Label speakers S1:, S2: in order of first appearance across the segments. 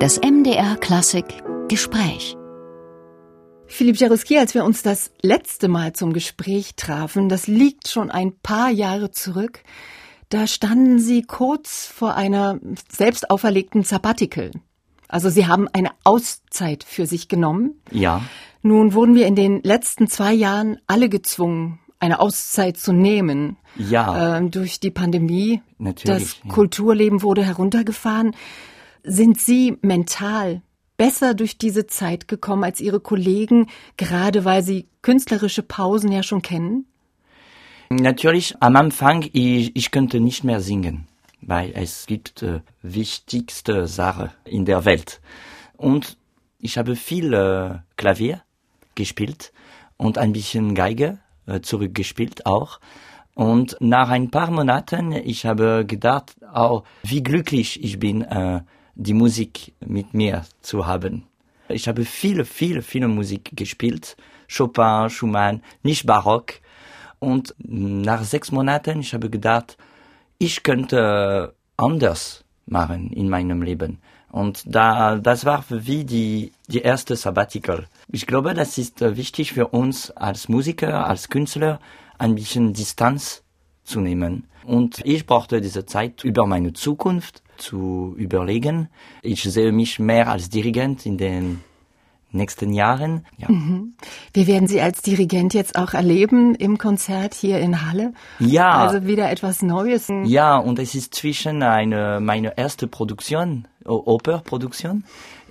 S1: Das MDR Klassik Gespräch.
S2: Philippe Jaroussky, als wir uns das letzte Mal zum Gespräch trafen, das liegt schon ein paar Jahre zurück, da standen Sie kurz vor einer selbst auferlegten Sabbatical. Also Sie haben eine Auszeit für sich genommen.
S3: Ja.
S2: Nun wurden wir in den letzten 2 Jahren alle gezwungen, eine Auszeit zu nehmen.
S3: Ja.
S2: Durch die Pandemie.
S3: Natürlich.
S2: Das Kulturleben wurde heruntergefahren. Sind Sie mental besser durch diese Zeit gekommen als Ihre Kollegen, gerade weil Sie künstlerische Pausen ja schon kennen?
S3: Natürlich, am Anfang, ich könnte nicht mehr singen, weil es gibt wichtigste Sache in der Welt. Und ich habe viel Klavier gespielt und ein bisschen Geige zurückgespielt auch. Und nach ein paar Monaten, ich habe gedacht, wie glücklich ich bin, die Musik mit mir zu haben. Ich habe viele Musik gespielt. Chopin, Schumann, nicht Barock. Und nach 6 Monaten, ich habe gedacht, ich könnte anders machen in meinem Leben. Und das war wie die erste Sabbatical. Ich glaube, das ist wichtig für uns als Musiker, als Künstler, ein bisschen Distanz zu nehmen. Und ich brauchte diese Zeit, über meine Zukunft zu überlegen. Ich sehe mich mehr als Dirigent in den nächsten Jahren. Ja.
S2: Wir werden Sie als Dirigent jetzt auch erleben im Konzert hier in Halle.
S3: Ja.
S2: Also wieder etwas Neues.
S3: Ja, und es ist zwischen meine erste Produktion, Operproduktion.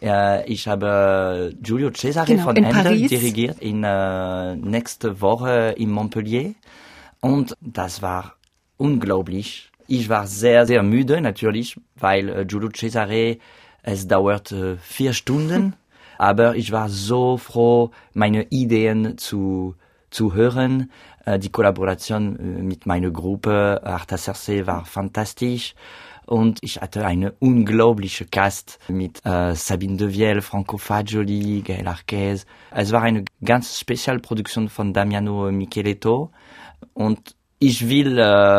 S3: Ich habe Giulio Cesare von Handel dirigiert in nächste Woche in Montpellier. Und das war unglaublich. Ich war sehr, sehr müde natürlich, weil Giulio Cesare, es dauert 4 Stunden. Aber ich war so froh, meine Ideen zu hören. Die Kollaboration mit meiner Gruppe Arta Circe war fantastisch. Und ich hatte eine unglaubliche Cast mit Sabine Devielle, Franco Fagioli, Gaël Arquez. Es war eine ganz Spezialproduktion von Damiano Micheletto. Und ich will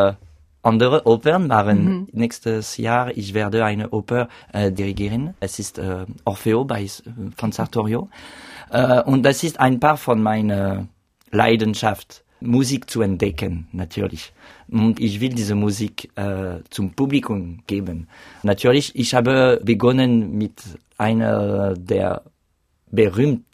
S3: andere Opern machen. Nächstes Jahr, ich werde eine Oper dirigieren. Es ist Orfeo von Sartorio. Und das ist ein paar von meiner Leidenschaft, Musik zu entdecken, natürlich. Und ich will diese Musik zum Publikum geben. Natürlich, ich habe begonnen mit einer der berühmtesten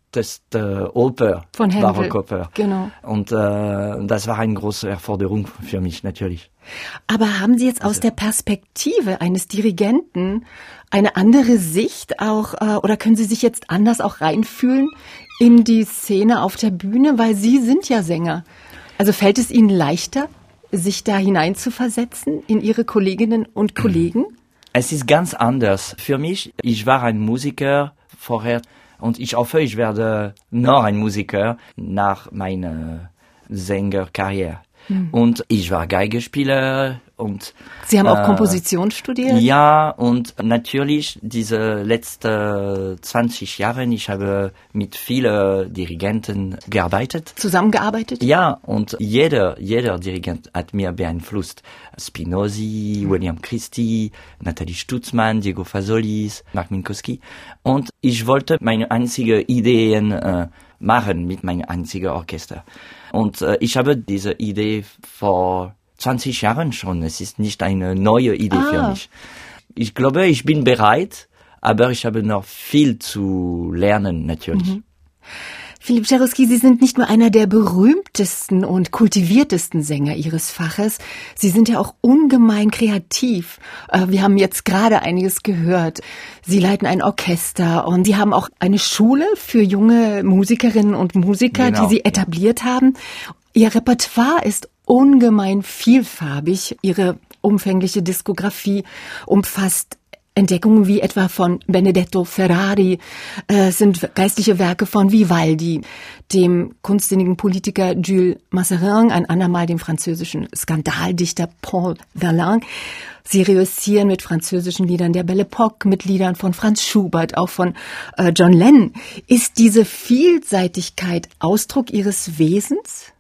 S3: Oper,
S2: von Händel,
S3: Barockoper.
S2: Genau.
S3: Und das war eine große Herausforderung für mich, natürlich.
S2: Aber haben Sie jetzt aus der Perspektive eines Dirigenten eine andere Sicht auch, oder können Sie sich jetzt anders auch reinfühlen in die Szene auf der Bühne? Weil Sie sind ja Sänger. Also fällt es Ihnen leichter, sich da hineinzuversetzen in Ihre Kolleginnen und Kollegen?
S3: Es ist ganz anders. Für mich, ich war ein Musiker vorher und ich hoffe, ich werde noch ein Musiker nach meiner Sängerkarriere. Und ich war Geigespieler und
S2: Sie haben auch Komposition studiert?
S3: Ja, und natürlich diese letzten 20 Jahre, ich habe mit vielen Dirigenten gearbeitet.
S2: Zusammengearbeitet?
S3: Ja, und jeder Dirigent hat mir beeinflusst. Spinozzi, William Christie, Nathalie Stutzmann, Diego Fasolis, Marc Minkowski. Und ich wollte meine einzige Ideen machen mit meinem einzigen Orchester. Und ich habe diese Idee vor 20 Jahren schon. Es ist nicht eine neue Idee für mich. Ich glaube, ich bin bereit, aber ich habe noch viel zu lernen, natürlich.
S2: Philippe Jaroussky, Sie sind nicht nur einer der berühmtesten und kultiviertesten Sänger Ihres Faches, Sie sind ja auch ungemein kreativ. Wir haben jetzt gerade einiges gehört. Sie leiten ein Orchester und Sie haben auch eine Schule für junge Musikerinnen und Musiker,
S3: genau,
S2: die Sie etabliert haben. Ihr Repertoire ist ungemein vielfarbig. Ihre umfängliche Diskografie umfasst Entdeckungen wie etwa von Benedetto Ferrari, sind geistliche Werke von Vivaldi, dem kunstsinnigen Politiker Jules Masserin, ein andermal dem französischen Skandaldichter Paul Verlaine. Sie reüssieren mit französischen Liedern der Belle Époque, mit Liedern von Franz Schubert, auch von John Lennon. Ist diese Vielseitigkeit Ausdruck Ihres Wesens?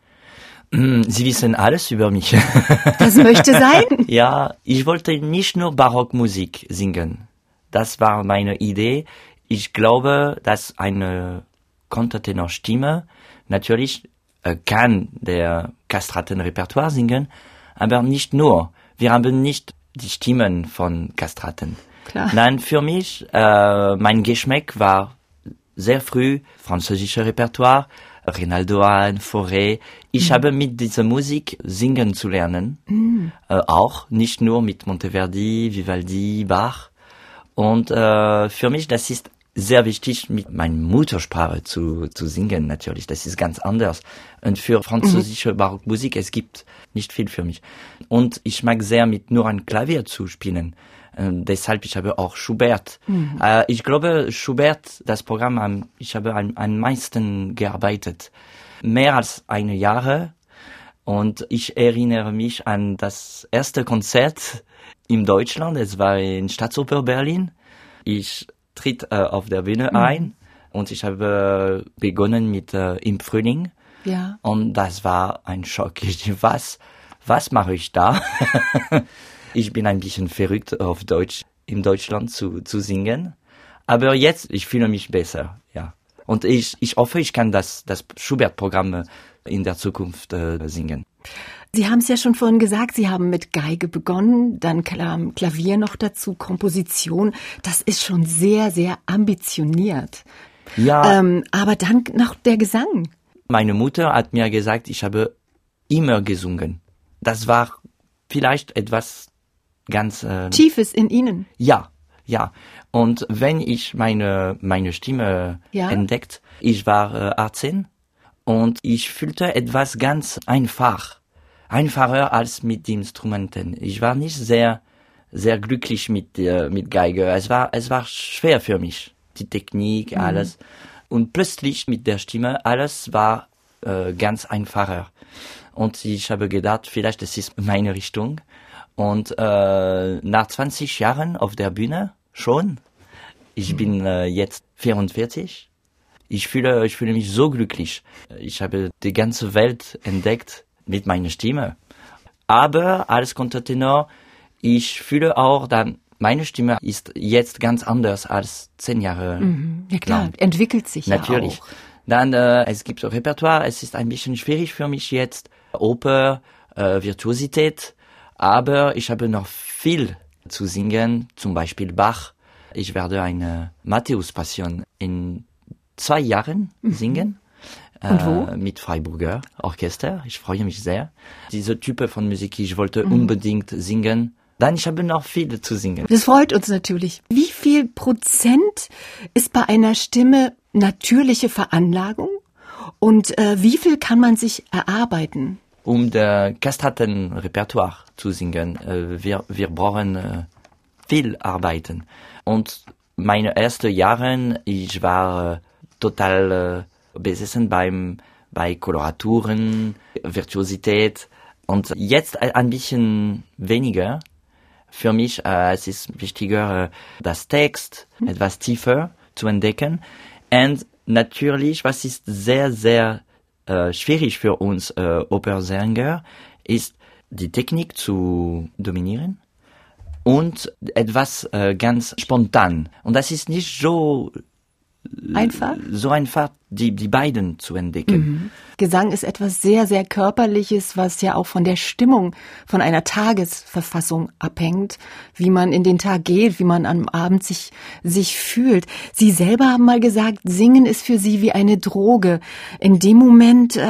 S3: Sie wissen alles über mich.
S2: Das möchte sein.
S3: Ja, ich wollte nicht nur Barockmusik singen. das war meine Idee. Ich glaube, dass eine Kontertenorstimme natürlich kann der Kastratenrepertoire singen, aber nicht nur. Wir haben nicht die Stimmen von Kastraten.
S2: Klar.
S3: Nein, für mich, mein Geschmack war sehr früh französische Repertoire, Rinaldo Hahn, Fauré. Ich habe mit dieser Musik singen zu lernen, auch nicht nur mit Monteverdi, Vivaldi, Bach. Und für mich, das ist sehr wichtig, mit meiner Muttersprache zu singen, natürlich. Das ist ganz anders. Und für französische Barockmusik, es gibt nicht viel für mich. Und ich mag sehr, mit nur ein Klavier zu spielen. Deshalb, ich habe auch Schubert. Ich glaube, Schubert, das Programm, ich habe am meisten gearbeitet. Mehr als 1 Jahr. Und ich erinnere mich an das erste Konzert in Deutschland. Es war in Staatsoper Berlin. Ich tritt auf der Bühne ein und ich habe begonnen mit Im Frühling.
S2: Ja.
S3: Und das war ein Schock. Ich dachte, was mache ich da? Ich bin ein bisschen verrückt auf Deutsch, in Deutschland zu singen. Aber jetzt, ich fühle mich besser, ja. Und ich hoffe, ich kann das Schubert-Programm in der Zukunft singen.
S2: Sie haben es ja schon vorhin gesagt, Sie haben mit Geige begonnen, dann Klavier noch dazu, Komposition. Das ist schon sehr, sehr ambitioniert.
S3: Ja.
S2: Aber dann noch der Gesang.
S3: Meine Mutter hat mir gesagt, ich habe immer gesungen. Das war vielleicht etwas ganz
S2: Tiefes in Ihnen.
S3: Ja. Und wenn ich meine Stimme entdeckt, ich war 18 und ich fühlte etwas ganz einfacher als mit den Instrumenten. Ich war nicht sehr, sehr glücklich mit Geige. Es war schwer für mich, die Technik, alles. Und plötzlich mit der Stimme, alles war ganz einfacher. Und ich habe gedacht, vielleicht das ist meine Richtung. Und nach 20 Jahren auf der Bühne schon, ich bin jetzt 44, ich fühle mich so glücklich. Ich habe die ganze Welt entdeckt mit meiner Stimme. Aber als Kontertenor, ich fühle auch, dass meine Stimme ist jetzt ganz anders als 10 Jahre.
S2: Ja klar, lang. Entwickelt sich
S3: natürlich.
S2: Ja auch.
S3: Dann, es gibt Repertoire, es ist ein bisschen schwierig für mich jetzt, Oper, Virtuosität, aber ich habe noch viel zu singen, zum Beispiel Bach. Ich werde eine Matthäus-Passion in 2 Jahren singen.
S2: Und wo?
S3: Mit Freiburger Orchester. Ich freue mich sehr. Diese Type von Musik, ich wollte unbedingt singen. Dann, ich habe noch viel zu singen.
S2: Das freut uns natürlich. Wie viel Prozent ist bei einer Stimme natürliche Veranlagung? Und wie viel kann man sich erarbeiten?
S3: Um das Kastratenrepertoire zu singen, wir brauchen viel arbeiten. Und meine ersten Jahre, ich war total besessen bei Koloraturen, Virtuosität. Und jetzt ein bisschen weniger. Für mich es ist wichtiger, das Text etwas tiefer zu entdecken. Und natürlich, was ist sehr, sehr schwierig für uns Opernsänger, ist die Technik zu dominieren und etwas ganz spontan. Und das ist nicht so einfach, die beiden zu entdecken.
S2: Gesang ist etwas sehr, sehr Körperliches, was ja auch von der Stimmung, von einer Tagesverfassung abhängt, wie man in den Tag geht, wie man am Abend sich fühlt. Sie selber haben mal gesagt, Singen ist für Sie wie eine Droge. In dem Moment,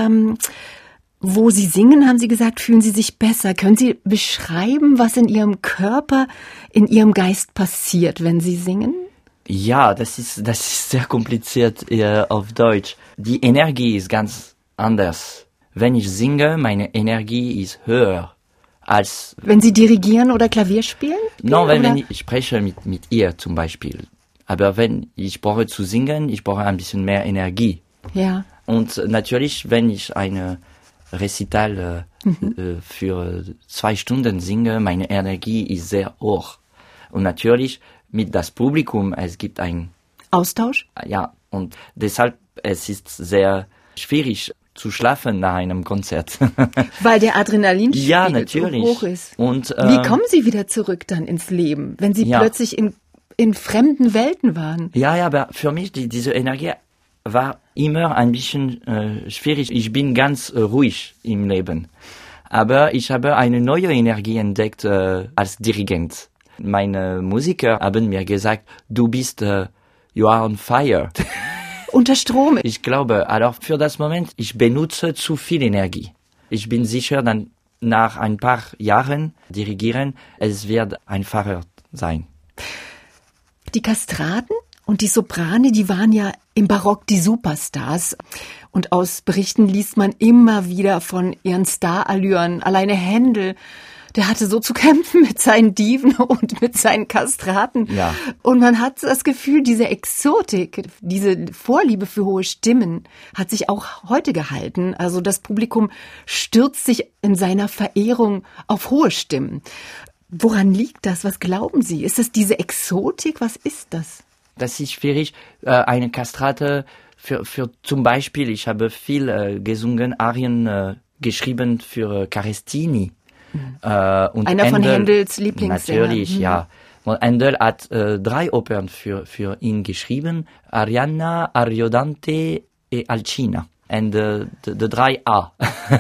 S2: wo Sie singen, haben Sie gesagt, fühlen Sie sich besser. Können Sie beschreiben, was in Ihrem Körper, in Ihrem Geist passiert, wenn Sie singen?
S3: Ja, das ist sehr kompliziert auf Deutsch. Die Energie ist ganz anders. Wenn ich singe, meine Energie ist höher als...
S2: Wenn Sie dirigieren oder Klavier spielen?
S3: Nein, wenn ich spreche mit ihr zum Beispiel. Aber wenn ich brauche zu singen, ich brauche ein bisschen mehr Energie.
S2: Ja.
S3: Und natürlich, wenn ich eine Recital für 2 Stunden singe, meine Energie ist sehr hoch. Und natürlich mit das Publikum, es gibt ein
S2: Austausch?
S3: Ja, und deshalb es ist sehr schwierig zu schlafen nach einem Konzert.
S2: Weil der Adrenalinspiegel
S3: natürlich.
S2: so hoch ist.
S3: Und
S2: wie kommen Sie wieder zurück dann ins Leben, wenn Sie plötzlich in fremden Welten waren.
S3: Ja, aber für mich, diese Energie war immer ein bisschen schwierig. Ich bin ganz ruhig im Leben. Aber ich habe eine neue Energie entdeckt als Dirigent. Meine Musiker haben mir gesagt, du bist, you are on fire.
S2: Unter Strom.
S3: Ich glaube, also für das Moment, ich benutze zu viel Energie. Ich bin sicher, dann nach ein paar Jahren dirigieren, es wird einfacher sein.
S2: Die Kastraten und die Soprane, die waren ja im Barock die Superstars. Und aus Berichten liest man immer wieder von ihren Starallüren. Alleine Händel, der hatte so zu kämpfen mit seinen Diven und mit seinen Kastraten.
S3: Ja.
S2: Und man hat das Gefühl, diese Exotik, diese Vorliebe für hohe Stimmen hat sich auch heute gehalten. Also das Publikum stürzt sich in seiner Verehrung auf hohe Stimmen. Woran liegt das? Was glauben Sie? Ist es diese Exotik? Was ist das?
S3: Das ist schwierig. Eine Kastrate für zum Beispiel, ich habe viel gesungen, Arien geschrieben für Carestini. Und
S2: einer von Händels Lieblingssänger.
S3: Natürlich, ja. Und Händel hat 3 Opern für ihn geschrieben. Arianna, Ariodante und Alcina. Und the 3A.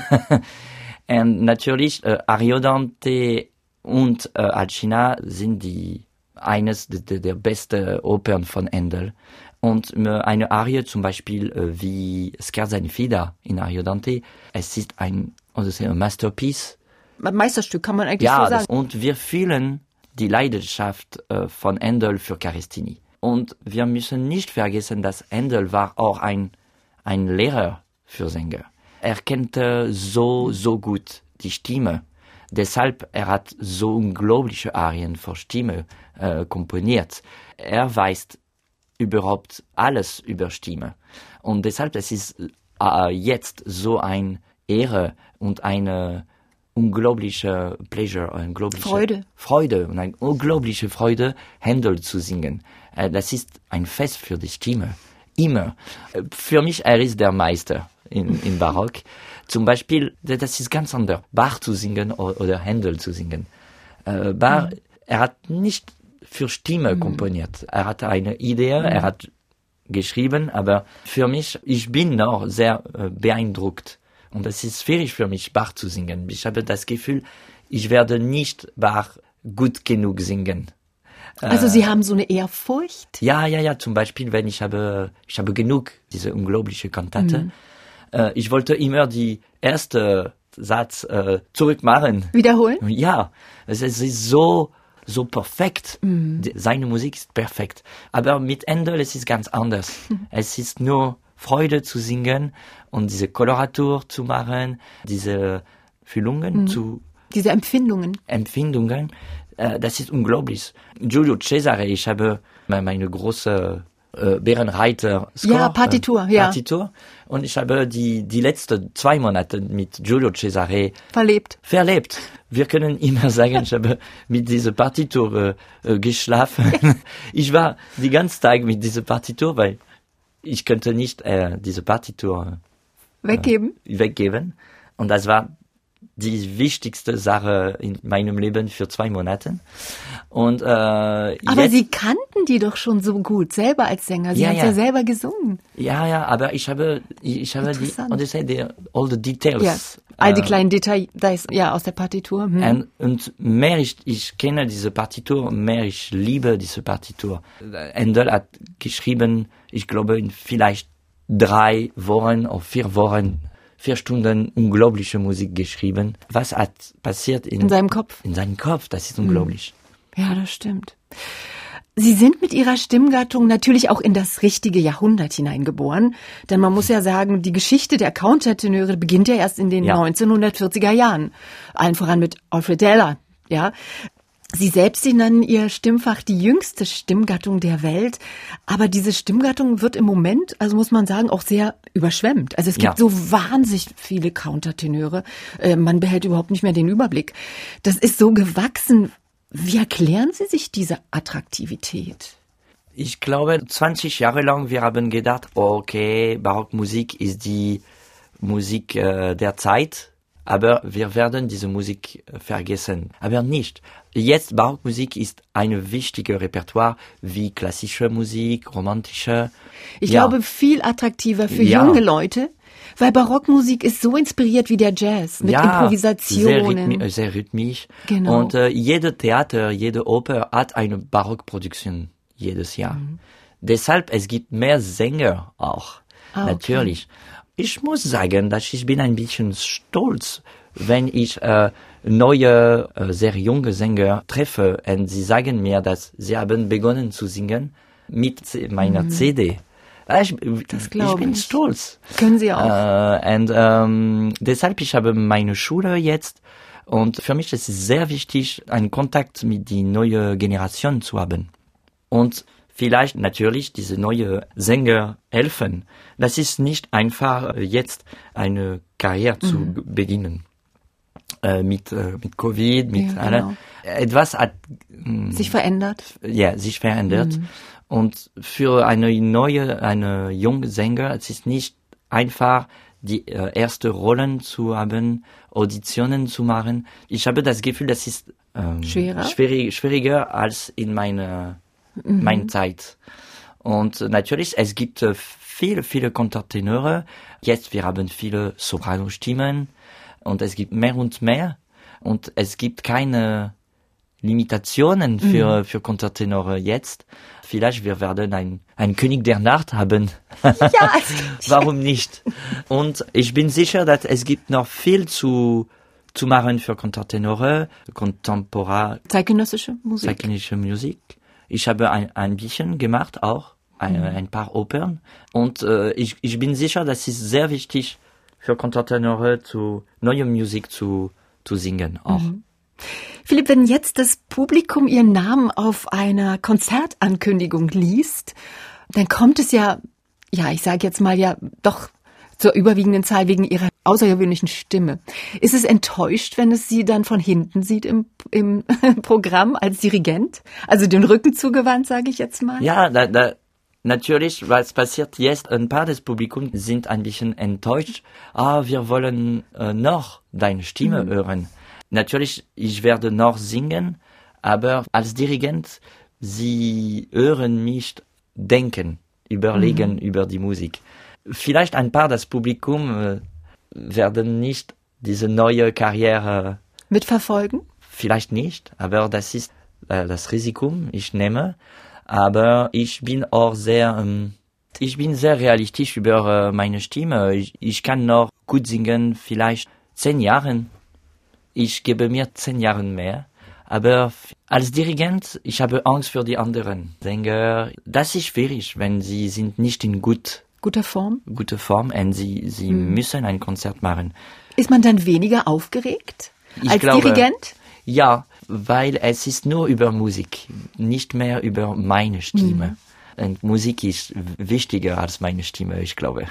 S3: Und natürlich, Ariodante und Alcina sind eines der besten Opern von Händel. Und eine Arie zum Beispiel wie Scherza in Fida in Ariodante, es ist ein Masterpiece.
S2: Ein Meisterstück, kann man eigentlich so sagen.
S3: Und wir fühlen die Leidenschaft von Händel für Carestini. Und wir müssen nicht vergessen, dass Händel war auch ein Lehrer für Sänger. Er kannte so gut die Stimme. Deshalb hat so unglaubliche Arien für Stimme komponiert. Er weiß überhaupt alles über Stimme. Und deshalb es ist jetzt so eine Ehre und eine unglaubliche Pleasure, eine unglaubliche Freude und eine unglaubliche Freude, Händel zu singen. Das ist ein Fest für die Stimme. Immer. Für mich, er ist der Meister in Barock. Zum Beispiel, das ist ganz anders, Bach zu singen oder Händel zu singen. Bach, er hat nicht für Stimme komponiert. Er hatte eine Idee, er hat geschrieben, aber für mich, ich bin noch sehr beeindruckt. Und es ist schwierig für mich, Bach zu singen. Ich habe das Gefühl, ich werde nicht Bach gut genug singen.
S2: Also Sie haben so eine Ehrfurcht?
S3: Ja. Zum Beispiel, wenn ich habe genug, diese unglaubliche Kantate. Ich wollte immer die erste Satz zurückmachen.
S2: Wiederholen?
S3: Ja, es ist so perfekt. Seine Musik ist perfekt. Aber mit Händel, es ist ganz anders. Es ist nur Freude zu singen und diese Koloratur zu machen, diese Füllungen
S2: diese Empfindungen.
S3: Das ist unglaublich. Giulio Cesare, ich habe meine große Bärenreiter-Score.
S2: Ja, Partitur.
S3: Und ich habe die letzten 2 Monate mit Giulio Cesare verlebt. Wir können immer sagen, ich habe mit dieser Partitur geschlafen. Ich war den ganzen Tag mit dieser Partitur, weil ich könnte nicht diese Partitur weggeben. Und das war die wichtigste Sache in meinem Leben für 2 Monate. Und
S2: aber Sie kannten die doch schon so gut, selber als Sänger. Sie haben ja selber gesungen.
S3: Ja, aber ich habe all the details.
S2: Ja, all die kleinen Details, aus der Partitur.
S3: Und mehr ich kenne diese Partitur, mehr ich liebe diese Partitur. Händel hat geschrieben, ich glaube, in vielleicht 3 Wochen oder 4 Wochen, 4 Stunden unglaubliche Musik geschrieben. Was hat passiert in
S2: seinem Kopf?
S3: In seinem Kopf, das ist unglaublich.
S2: Ja, das stimmt. Sie sind mit Ihrer Stimmgattung natürlich auch in das richtige Jahrhundert hineingeboren. Denn man muss ja sagen, die Geschichte der Countertenöre beginnt ja erst in den 1940er Jahren. Allen voran mit Alfred Deller, ja. Sie selbst nennen Ihr Stimmfach die jüngste Stimmgattung der Welt. Aber diese Stimmgattung wird im Moment, also muss man sagen, auch sehr überschwemmt. Also es gibt so wahnsinnig viele Countertenöre. Man behält überhaupt nicht mehr den Überblick. Das ist so gewachsen. Wie erklären Sie sich diese Attraktivität?
S3: Ich glaube, 20 Jahre lang, wir haben gedacht, okay, Barockmusik ist die Musik der Zeit. aber wir werden diese Musik vergessen. Aber nicht. Jetzt Barockmusik ist eine wichtige Repertoire wie klassische Musik, romantische.
S2: Ich glaube, viel attraktiver für junge Leute, weil Barockmusik ist so inspiriert wie der Jazz, mit Improvisationen.
S3: Sehr rhythmisch.
S2: Genau.
S3: Und jede Theater, jede Oper hat eine Barockproduktion jedes Jahr. Deshalb, es gibt mehr Sänger auch. Natürlich. Ich muss sagen, dass ich bin ein bisschen stolz, wenn ich neue, sehr junge Sänger treffe und sie sagen mir, dass sie haben begonnen zu singen mit meiner CD. Ich bin stolz.
S2: Können Sie auch.
S3: Deshalb, ich habe meine Schule jetzt und für mich ist es sehr wichtig, einen Kontakt mit der neuen Generation zu haben. Und vielleicht natürlich diese neue Sänger helfen. Das ist nicht einfach, jetzt eine Karriere zu beginnen. Mit Covid, mit allem. Etwas hat
S2: sich verändert.
S3: Ja, sich verändert. Und für eine junge Sänger, es ist nicht einfach, die erste Rollen zu haben, Auditionen zu machen. Ich habe das Gefühl, das ist schwieriger als in meine Zeit. Und natürlich, es gibt viele Kontratenöre. Jetzt, wir haben viele Sopranostimmen und es gibt mehr und mehr. Und es gibt keine Limitationen für Kontratenore jetzt. Vielleicht wir werden ein König der Nacht haben.
S2: Ja.
S3: Warum nicht? Und ich bin sicher, dass es gibt noch viel zu machen für Kontratenore,
S2: zeitgenössische
S3: Musik. Ich habe ein bisschen gemacht auch, ein paar Opern. Und ich bin sicher, dass es sehr wichtig für Kontratenore neue Musik zu singen auch.
S2: Philipp, wenn jetzt das Publikum Ihren Namen auf einer Konzertankündigung liest, dann kommt es ich sage jetzt mal doch zur überwiegenden Zahl wegen Ihrer außergewöhnlichen Stimme. Ist es enttäuscht, wenn es Sie dann von hinten sieht im Programm als Dirigent? Also den Rücken zugewandt, sage ich jetzt mal?
S3: Ja, natürlich, was passiert jetzt, ein paar des Publikums sind ein bisschen enttäuscht. Wir wollen noch deine Stimme hören. Natürlich, ich werde noch singen, aber als Dirigent, sie hören mich denken, überlegen über die Musik. Vielleicht ein paar des Publikums werden nicht diese neue Karriere
S2: mitverfolgen?
S3: Vielleicht nicht, aber das ist das Risiko, ich nehme. Aber ich bin auch sehr realistisch über meine Stimme. Ich kann noch gut singen, vielleicht 10 Jahre. Ich gebe mir 10 Jahre mehr. Aber als Dirigent, ich habe Angst für die anderen Sänger. Das ist schwierig, wenn sie sind nicht in guter Form und sie müssen ein Konzert machen.
S2: Ist man dann weniger aufgeregt als Dirigent?
S3: Ja, weil es ist nur über Musik, nicht mehr über meine Stimme. Und Musik ist wichtiger als meine Stimme, ich glaube.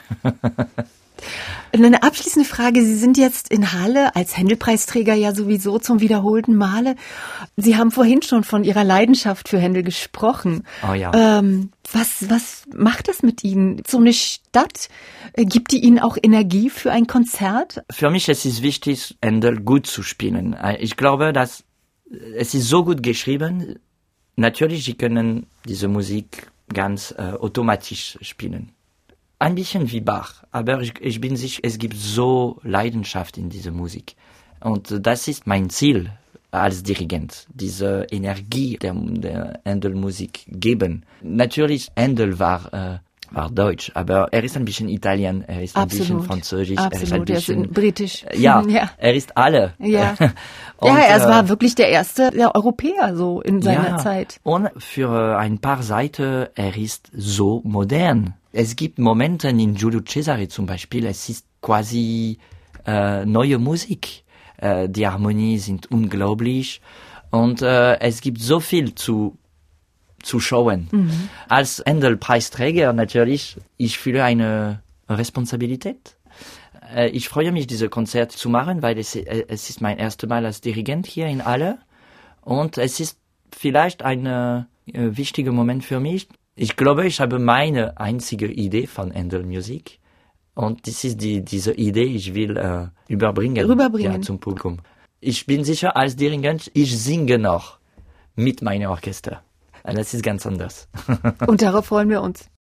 S2: Eine abschließende Frage. Sie sind jetzt in Halle als Händel-Preisträger ja sowieso zum wiederholten Male. Sie haben vorhin schon von Ihrer Leidenschaft für Händel gesprochen.
S3: Oh ja.
S2: Was macht das mit Ihnen? So eine Stadt, gibt die Ihnen auch Energie für ein Konzert?
S3: Für mich ist es wichtig, Händel gut zu spielen. Ich glaube, dass es ist so gut geschrieben. Natürlich, Sie können diese Musik ganz automatisch spielen. Ein bisschen wie Bach, aber ich bin sicher, es gibt so Leidenschaft in dieser Musik. Und das ist mein Ziel als Dirigent, diese Energie der Händel-Musik geben. Natürlich, Händel war Deutsch, aber er ist ein bisschen Italien, er ist ein bisschen Französisch,
S2: er ist ein bisschen britisch.
S3: Ja, er ist alle.
S2: Ja, er war wirklich der erste Europäer so in seiner Zeit.
S3: Und für ein paar Seiten, er ist so modern. Es gibt Momente in Giulio Cesare zum Beispiel, es ist quasi neue Musik. Die Harmonien sind unglaublich und es gibt so viel zu schauen. Als Händel-Preisträger natürlich, ich fühle eine Responsabilität. Ich freue mich, diese Konzerte zu machen, weil es ist mein erstes Mal als Dirigent hier in Halle und es ist vielleicht ein wichtiger Moment für mich. Ich glaube, ich habe meine einzige Idee von Händel-Musik Und das ist diese Idee, ich will rüberbringen zum Publikum. Ich bin sicher, als Dirigent, ich singe noch mit meinem Orchester. Das ist ganz anders.
S2: Und darauf freuen wir uns.